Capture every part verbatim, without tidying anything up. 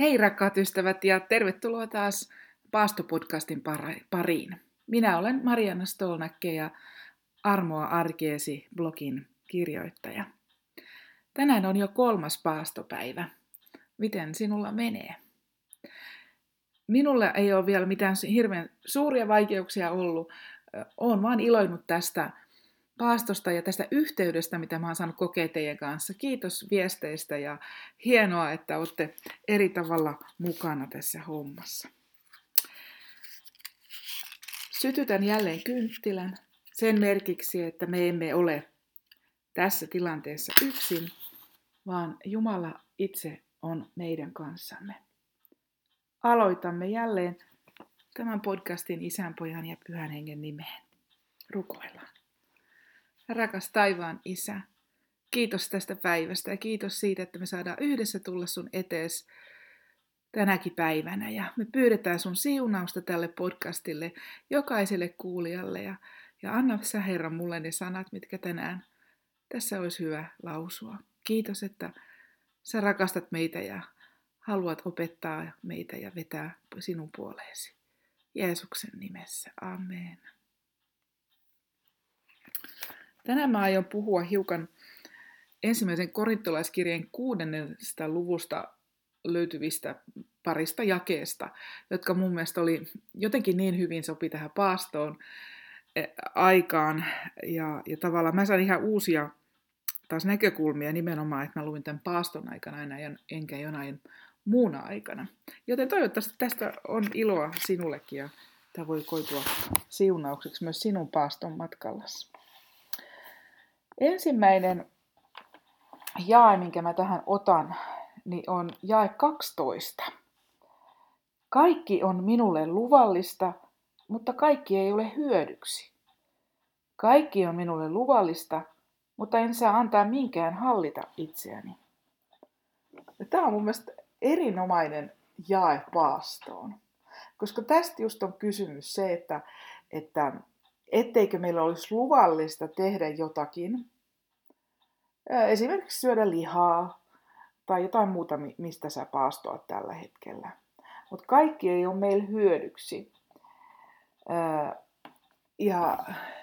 Hei rakkaat ystävät ja tervetuloa taas Paasto-podcastin pariin. Minä olen Marianna Stolnacke ja Armoa arkeesi blogin kirjoittaja. Tänään on jo kolmas paastopäivä. Miten sinulla menee? Minulla ei ole vielä mitään hirveän suuria vaikeuksia ollut. Olen vaan iloinut tästä paastosta ja tästä yhteydestä, mitä mä oon saanut kokea teidän kanssa. Kiitos viesteistä ja hienoa, että olette eri tavalla mukana tässä hommassa. Sytytän jälleen kynttilän sen merkiksi, että me emme ole tässä tilanteessa yksin, vaan Jumala itse on meidän kanssamme. Aloitamme jälleen tämän podcastin Isän, Pojan ja Pyhän Hengen nimeen. Rukoillaan. Rakas taivaan Isä, kiitos tästä päivästä ja kiitos siitä, että me saadaan yhdessä tulla sun etees tänäkin päivänä. Ja me pyydetään sun siunausta tälle podcastille, jokaiselle kuulijalle. Ja, ja anna sä Herra mulle ne sanat, mitkä tänään tässä olisi hyvä lausua. Kiitos, että sä rakastat meitä ja haluat opettaa meitä ja vetää sinun puoleesi. Jeesuksen nimessä. Amen. Tänään mä aion puhua hiukan ensimmäisen korintolaiskirjeen kuudennesta luvusta löytyvistä parista jakeesta, jotka mun mielestä oli jotenkin niin hyvin sopi tähän paastoon aikaan. Ja, ja tavallaan mä sain ihan uusia taas näkökulmia nimenomaan, että mä luin tämän paaston aikana aina enkä jonain muuna aikana. Joten toivottavasti tästä on iloa sinullekin ja tämä voi koitua siunaukseksi myös sinun paaston matkallasi. Ensimmäinen jae, minkä mä tähän otan, niin on jae kaksitoista. Kaikki on minulle luvallista, mutta kaikki ei ole hyödyksi. Kaikki on minulle luvallista, mutta en saa antaa minkään hallita itseäni. Ja tämä on mun mielestä erinomainen jae paastoon, koska tästä just on kysymys se, että, että etteikö meillä olisi luvallista tehdä jotakin, esimerkiksi syödä lihaa tai jotain muuta, mistä sä paastoat tällä hetkellä. Mutta kaikki ei ole meille hyödyksi. Ja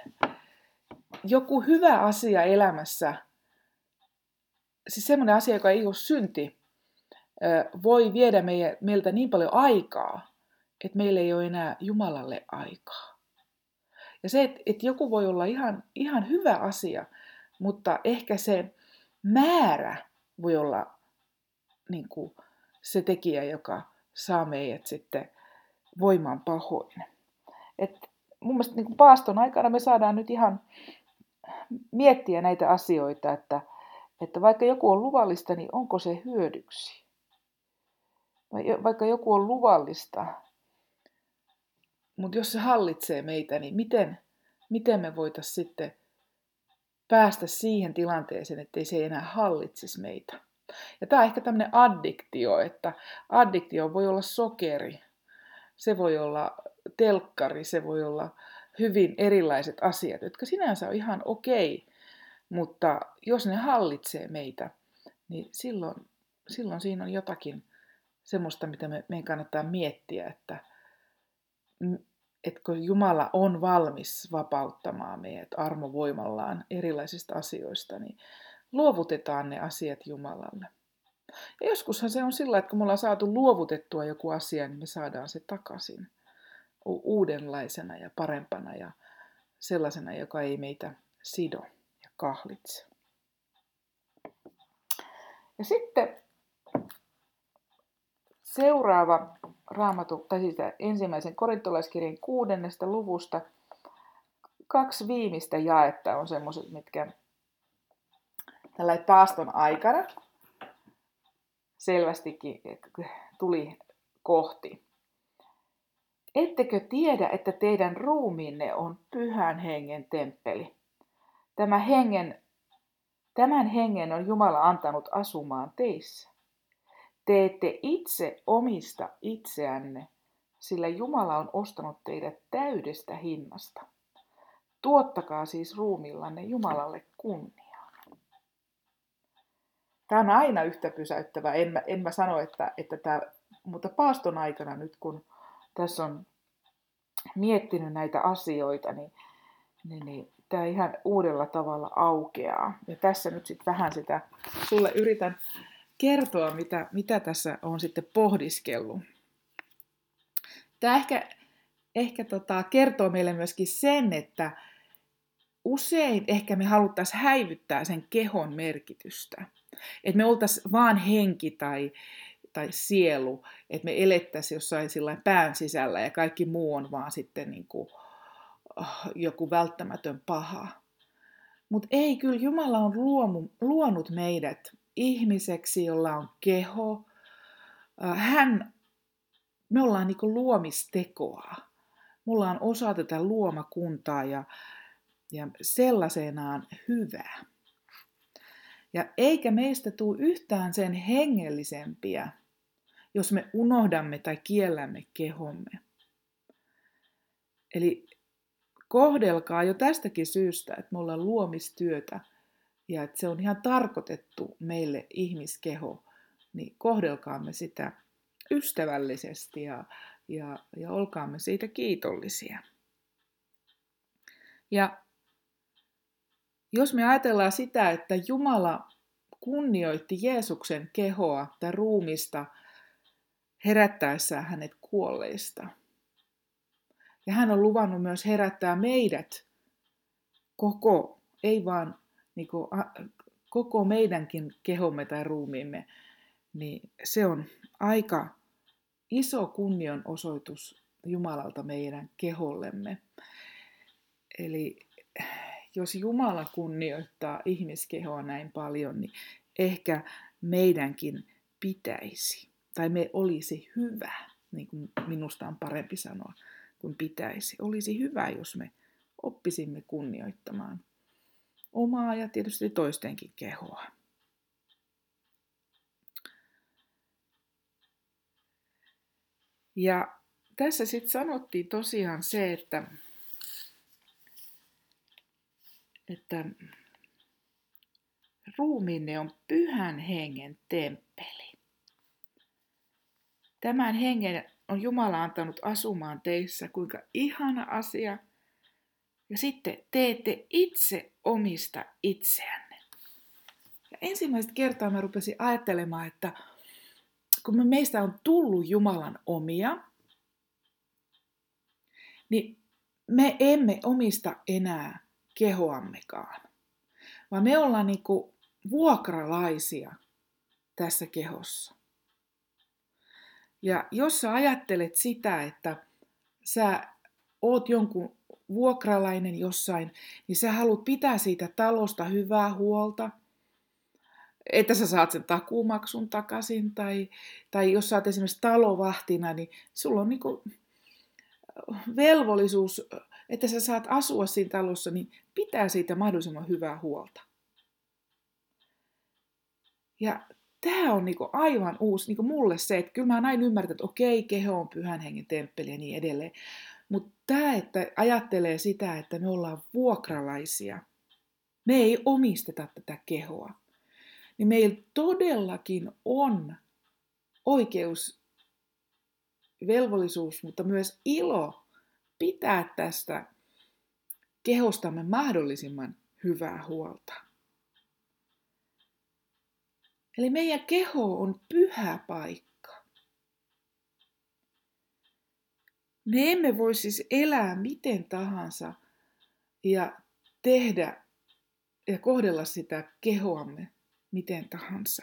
joku hyvä asia elämässä, siis semmoinen asia, joka ei ole synti, voi viedä meiltä niin paljon aikaa, että meillä ei ole enää Jumalalle aikaa. Ja se, että, että joku voi olla ihan, ihan hyvä asia, mutta ehkä se määrä voi olla niin kuin se tekijä, joka saa meidät sitten voimaan pahoin. Et mun mielestä niin kuin paaston aikana me saadaan nyt ihan miettiä näitä asioita, että, että vaikka joku on luvallista, niin onko se hyödyksi? Vaikka joku on luvallista, mutta jos se hallitsee meitä, niin miten, miten me voitaisiin sitten päästä siihen tilanteeseen, ettei se enää hallitsisi meitä. Ja tämä on ehkä tämmöinen addiktio, että addiktio voi olla sokeri, se voi olla telkkari, se voi olla hyvin erilaiset asiat, jotka sinänsä on ihan okei, mutta jos ne hallitsee meitä, niin silloin, silloin siinä on jotakin semmoista, mitä me, meidän kannattaa miettiä, että että kun Jumala on valmis vapauttamaan meidät armovoimallaan erilaisista asioista, niin luovutetaan ne asiat Jumalalle. Ja joskushan se on sillä, että kun me ollaan saatu luovutettua joku asia, niin me saadaan se takaisin uudenlaisena ja parempana ja sellaisena, joka ei meitä sido ja kahlitse. Ja sitten seuraava Raamattu, tai siis ensimmäisen korintolaiskirjan kuudennesta luvusta, kaksi viimeistä jaetta on semmoiset, mitkä tällä paaston aikana selvästikin tuli kohti. Ettekö tiedä, että teidän ruumiinne on Pyhän Hengen temppeli? Tämä hengen, tämän hengen on Jumala antanut asumaan teissä. Te ette itse omista itseänne, sillä Jumala on ostanut teidät täydestä hinnasta. Tuottakaa siis ruumillanne Jumalalle kunniaa. Tämä on aina yhtä pysäyttävää. En mä, en mä sano, että, että tämä mutta paaston aikana nyt, kun tässä on miettinyt näitä asioita, niin, niin, niin tämä ihan uudella tavalla aukeaa. Ja tässä nyt sitten vähän sitä sulle yritän kertoa, mitä, mitä tässä on sitten pohdiskellut. Tämä ehkä, ehkä tota, kertoo meille myöskin sen, että usein ehkä me haluttaisiin häivyttää sen kehon merkitystä. Että me oltaisiin vaan henki tai, tai sielu, että me elettäisiin jossain sillain pään sisällä ja kaikki muu on vaan sitten niin kuin, oh, joku välttämätön paha. Mutta ei, kyllä Jumala on luomu, luonut meidät ihmiseksi, jolla on keho. Hän, me ollaan niin kuin luomistekoa. Me ollaan osa tätä luomakuntaa ja, ja sellaisenaan hyvää. Ja eikä meistä tule yhtään sen hengellisempiä, jos me unohdamme tai kiellämme kehomme. Eli kohdelkaa jo tästäkin syystä, että me ollaan luomistyötä ja että se on ihan tarkoitettu meille ihmiskeho, niin kohdelkaamme sitä ystävällisesti ja, ja, ja olkaamme siitä kiitollisia. Ja jos me ajatellaan sitä, että Jumala kunnioitti Jeesuksen kehoa tai ruumista herättäessään hänet kuolleista. Ja hän on luvannut myös herättää meidät koko, ei vaan niin kuin, koko meidänkin kehomme tai ruumiimme, niin se on aika iso kunnianosoitus Jumalalta meidän kehollemme. Eli jos Jumala kunnioittaa ihmiskehoa näin paljon, niin ehkä meidänkin pitäisi, tai me olisi hyvä, niin kuin minusta on parempi sanoa, kuin pitäisi. Olisi hyvä, jos me oppisimme kunnioittamaan omaa ja tietysti toistenkin kehoa. Ja tässä sitten sanottiin tosiaan se, että että ruumiinne on pyhän hengen temppeli. Tämän hengen on Jumala antanut asumaan teissä, kuinka ihana asia. Ja sitten teette itse omista itseänne. Ja ensimmäistä kertaa mä rupesin ajattelemaan, että kun me meistä on tullut Jumalan omia, niin me emme omista enää kehoammekaan, vaan me ollaan niinku vuokralaisia tässä kehossa. Ja jos sä ajattelet sitä, että sä oot jonkun vuokralainen jossain, niin sä haluat pitää siitä talosta hyvää huolta, että sä saat sen takuumaksun takaisin, tai, tai jos sä oot esimerkiksi talovahtina, niin sulla on niinku velvollisuus, että sä saat asua siinä talossa, niin pitää siitä mahdollisimman hyvää huolta. Ja tämä on niinku aivan uusi niinku mulle se, että kyllä mä näin ymmärrän, että okei, keho on pyhän hengen temppeli ja niin edelleen. Mutta tämä, että ajattelee sitä, että me ollaan vuokralaisia, me ei omisteta tätä kehoa, niin meillä todellakin on oikeus, velvollisuus, mutta myös ilo pitää tästä kehostamme mahdollisimman hyvää huolta. Eli meidän keho on pyhä paikka. Me emme voi siis elää miten tahansa ja tehdä ja kohdella sitä kehoamme miten tahansa.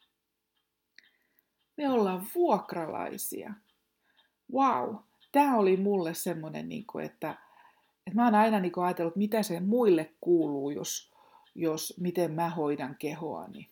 Me ollaan vuokralaisia. Vau, tämä oli mulle semmoinen, että, että mä oon aina ajatellut, mitä se muille kuuluu, jos, jos miten mä hoidan kehoani.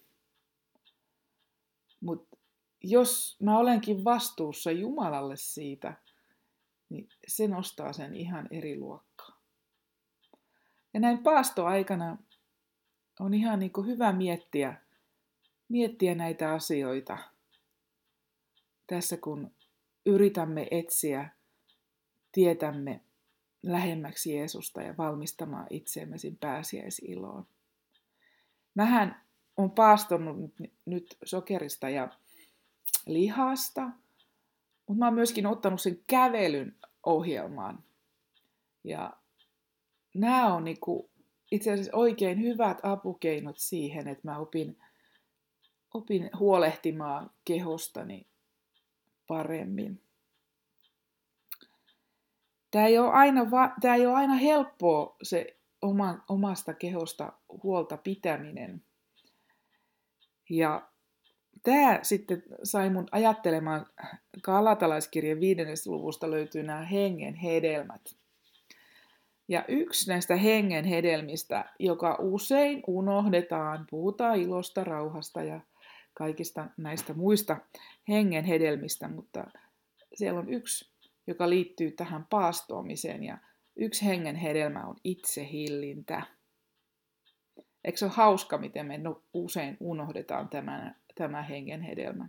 Mutta jos mä olenkin vastuussa Jumalalle siitä, niin se nostaa sen ihan eri luokkaan. Ja näin paastoaikana on ihan niin kuin hyvä miettiä, miettiä näitä asioita tässä, kun yritämme etsiä tietämme lähemmäksi Jeesusta ja valmistamaan itseämme siinä pääsiäisiloon. Mähän on paastonut nyt sokerista ja lihasta, Mutta mä oon myöskin ottanut sen kävelyn ohjelmaan. Ja nämä on niinku itse asiassa oikein hyvät apukeinot siihen, että mä opin, opin huolehtimaan kehostani paremmin. Tämä ei ole aina, va- tämä ei ole aina helppoa se oma, omasta kehosta huolta pitäminen. Ja tämä sitten sai mun ajattelemaan, Galatalaiskirjan viidennessä luvusta löytyy nämä hengen hedelmät. Ja yksi näistä hengen hedelmistä, joka usein unohdetaan, puhutaan ilosta, rauhasta ja kaikista näistä muista hengen hedelmistä, mutta siellä on yksi, joka liittyy tähän paastoamiseen, ja yksi hengen hedelmä on itsehillintä. Eikö se ole hauska, miten me usein unohdetaan tämä, tämä hengen hedelmä?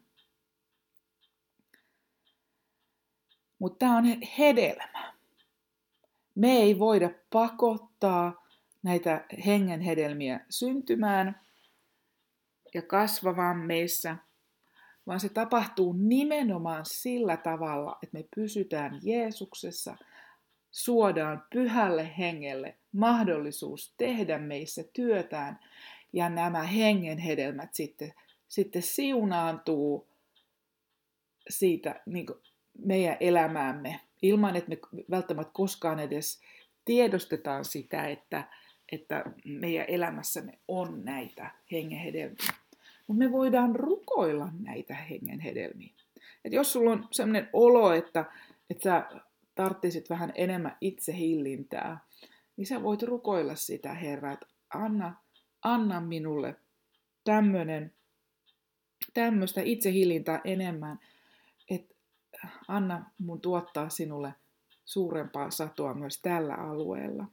Mutta tämä on hedelmä. Me ei voida pakottaa näitä hengen hedelmiä syntymään ja kasvamaan meissä, vaan se tapahtuu nimenomaan sillä tavalla, että me pysytään Jeesuksessa, suodaan pyhälle hengelle mahdollisuus tehdä meissä työtään, ja nämä hengen hedelmät sitten, sitten siunaantuu siitä niin kuin meidän elämäämme, ilman että me välttämättä koskaan edes tiedostetaan sitä, että, että meidän elämässämme on näitä hengen hedelmiä. Mutta me voidaan rukoilla näitä hengen hedelmiä. Et jos sulla on sellainen olo, että, että sä tarvitsit vähän enemmän itsehillintää, niin sä voit rukoilla sitä, Herra, että anna, anna minulle tämmöinen, tämmöistä itsehillintää enemmän, että anna mun tuottaa sinulle suurempaa satoa myös tällä alueella.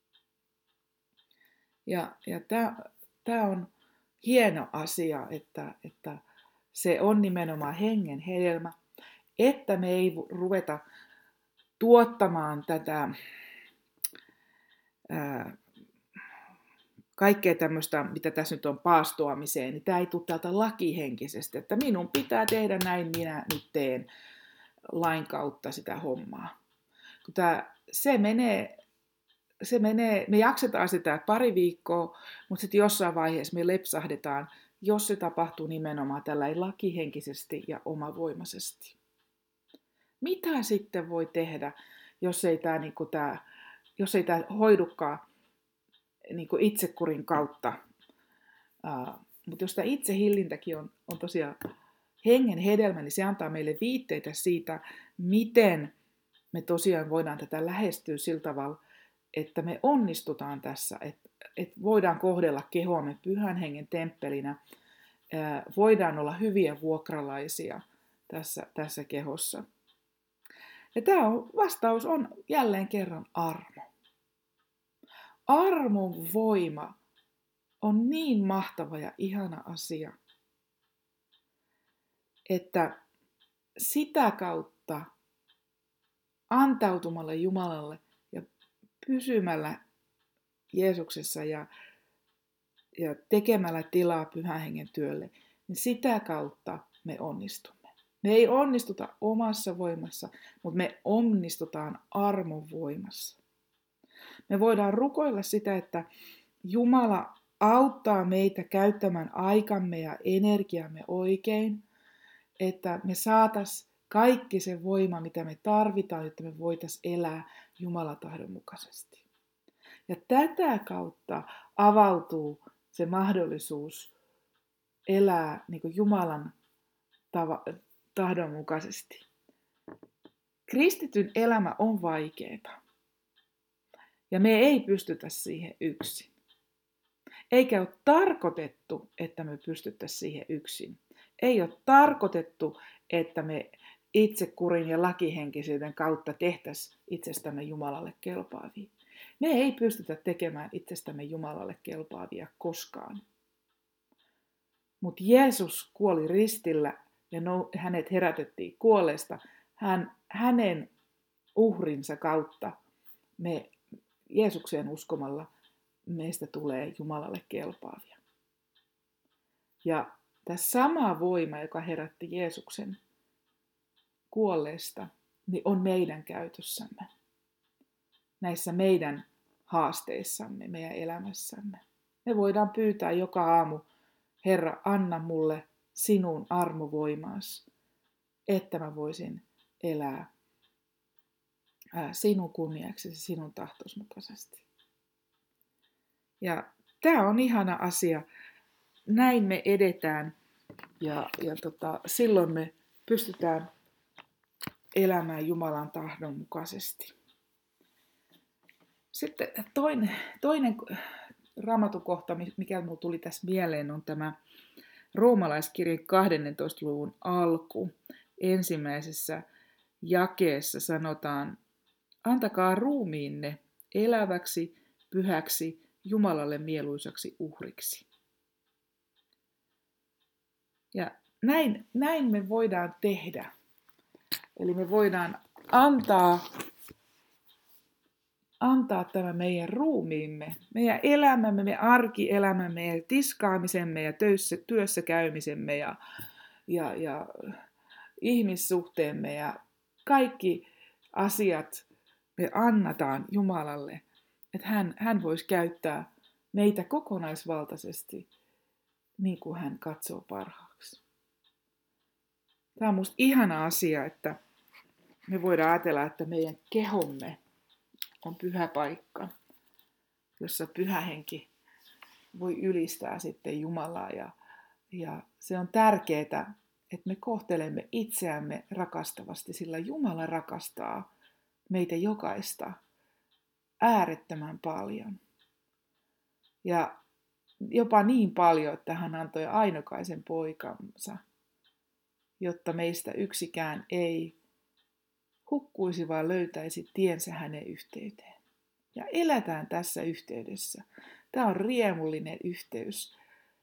Ja, ja tämä on hieno asia, että, että se on nimenomaan hengen hedelmä, että me ei ruveta tuottamaan tätä ää, kaikkea tämmöistä, mitä tässä nyt on paastoamiseen, niin tämä ei tule täältä lakihenkisestä, että minun pitää tehdä näin, minä nyt teen lain kautta sitä hommaa. Kun tämä, se menee, se menee, me jaksetaan sitä pari viikkoa, mutta sitten jossain vaiheessa me lepsahdetaan, jos se tapahtuu nimenomaan tällä lakihenkisesti ja omavoimaisesti. Mitä sitten voi tehdä, jos ei tämä, niin tämä, jos ei tämä hoidukaan niin itsekurin kautta? Uh, mutta jos tämä itsehillintäkin on, on tosiaan hengen hedelmä, niin se antaa meille viitteitä siitä, miten me tosiaan voidaan tätä lähestyä sillä tavalla, että me onnistutaan tässä, että, että voidaan kohdella kehoamme pyhän hengen temppelinä, uh, voidaan olla hyviä vuokralaisia tässä, tässä kehossa. Ja tämä on, vastaus on jälleen kerran armo. Armon voima on niin mahtava ja ihana asia, että sitä kautta antautumalla Jumalalle ja pysymällä Jeesuksessa ja, ja tekemällä tilaa pyhän hengen työlle, niin sitä kautta me onnistumme. Me ei onnistuta omassa voimassa, mutta me onnistutaan armon voimassa. Me voidaan rukoilla sitä, että Jumala auttaa meitä käyttämään aikamme ja energiamme oikein, että me saataisiin kaikki se voima, mitä me tarvitaan, jotta me voitaisiin elää Jumalan tahdon mukaisesti. Ja tätä kautta avautuu se mahdollisuus elää niin kuin Jumalan tava- tahdon mukaisesti. Kristityn elämä on vaikeaa. Ja me ei pystytä siihen yksin. Eikä ole tarkoitettu, että me pystyttäisiin siihen yksin. Ei ole tarkoitettu, että me itsekurin ja lakihenkisyyden kautta tehtäisiin itsestämme Jumalalle kelpaavia. Me ei pystytä tekemään itsestämme Jumalalle kelpaavia koskaan. Mutta Jeesus kuoli ristillä ja hänet herätettiin kuolleesta. Hän, hänen uhrinsa kautta me Jeesukseen uskomalla meistä tulee Jumalalle kelpaavia. Ja tämä sama voima, joka herätti Jeesuksen kuolleesta, niin on meidän käytössämme. Näissä meidän haasteissamme, meidän elämässämme. Me voidaan pyytää joka aamu, Herra, anna mulle sinun armovoimaas, että mä voisin elää sinun kunniaksesi, sinun tahtos mukaisesti. Ja tämä on ihana asia. Näin me edetään ja, ja tota, silloin me pystytään elämään Jumalan tahdon mukaisesti. Sitten toinen, toinen raamatukohta, mikä minulle tuli tässä mieleen, on tämä Roomalaiskirjan kahdentoista luvun alku. Ensimmäisessä jakeessa sanotaan, antakaa ruumiinne eläväksi, pyhäksi, Jumalalle mieluisaksi uhriksi. Ja näin, näin me voidaan tehdä. Eli me voidaan antaa, antaa tämä meidän ruumiimme, meidän elämämme, meidän arkielämämme, meidän tiskaamisemme ja töissä, työssä käymisemme ja, ja, ja ihmissuhteemme ja kaikki asiat me annataan Jumalalle, että hän, hän voisi käyttää meitä kokonaisvaltaisesti niin kuin hän katsoo parhaaksi. Tämä on musta ihana asia, että me voidaan ajatella, että meidän kehomme on pyhä paikka, jossa pyhä henki voi ylistää sitten Jumalaa. Ja, ja se on tärkeää, että me kohtelemme itseämme rakastavasti, sillä Jumala rakastaa meitä jokaista äärettömän paljon. Ja jopa niin paljon, että hän antoi ainokaisen poikansa, jotta meistä yksikään ei hukkuisi, vaan löytäisi tiensä hänen yhteyteen. Ja eletään tässä yhteydessä. Tämä on riemullinen yhteys.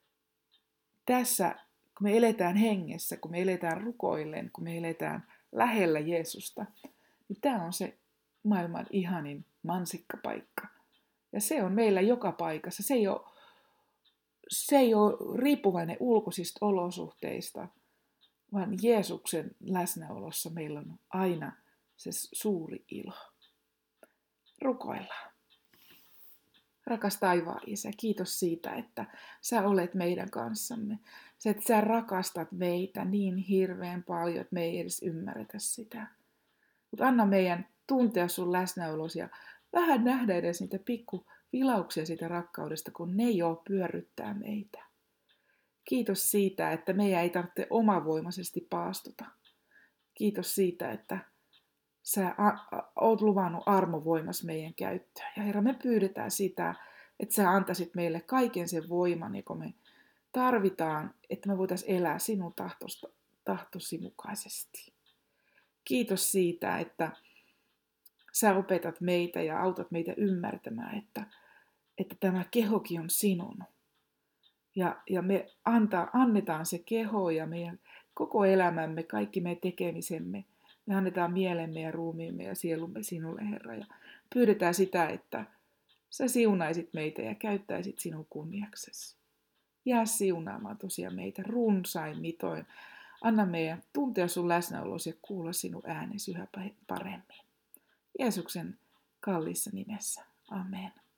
Tässä, kun me eletään hengessä, kun me eletään rukoillen, kun me eletään lähellä Jeesusta, niin tämä on se maailman ihanin mansikkapaikka. Ja se on meillä joka paikassa. Se ei ole, se ei ole riippuvainen ulkoisista olosuhteista, vaan Jeesuksen läsnäolossa meillä on aina se suuri ilo. Rukoillaan. Rakas taivaan Isä, kiitos siitä, että sä olet meidän kanssamme. Se, että sä rakastat meitä niin hirveän paljon, että me ei edes ymmärretä sitä. Mutta anna meidän tuntea sun läsnäolosi ja vähän nähdä edes niitä pikku vilauksia siitä rakkaudesta, kun ne jo pyörryttää meitä. Kiitos siitä, että meidän ei tarvitse omavoimaisesti paastuta. Kiitos siitä, että sä oot luvannut armovoimas meidän käyttöön. Ja Herra, me pyydetään sitä, että sä antaisit meille kaiken sen voiman, joka me tarvitaan, että me voitaisiin elää sinun tahtosta, tahtosi mukaisesti. Kiitos siitä, että sä opetat meitä ja autat meitä ymmärtämään, että, että tämä kehokin on sinun. Ja, ja me antaa, annetaan se keho ja meidän koko elämämme, kaikki meidän tekemisemme. Me annetaan mielemme ja ruumiimme ja sielumme sinulle, Herra. Ja pyydetään sitä, että sä siunaisit meitä ja käyttäisit sinun kunniaksesi. Jää siunaamaan tosiaan meitä runsain mitoin. Anna meidän tuntea sun läsnäolosi ja kuulla sinun äänesi yhä paremmin. Jeesuksen kalliissa nimessä. Amen.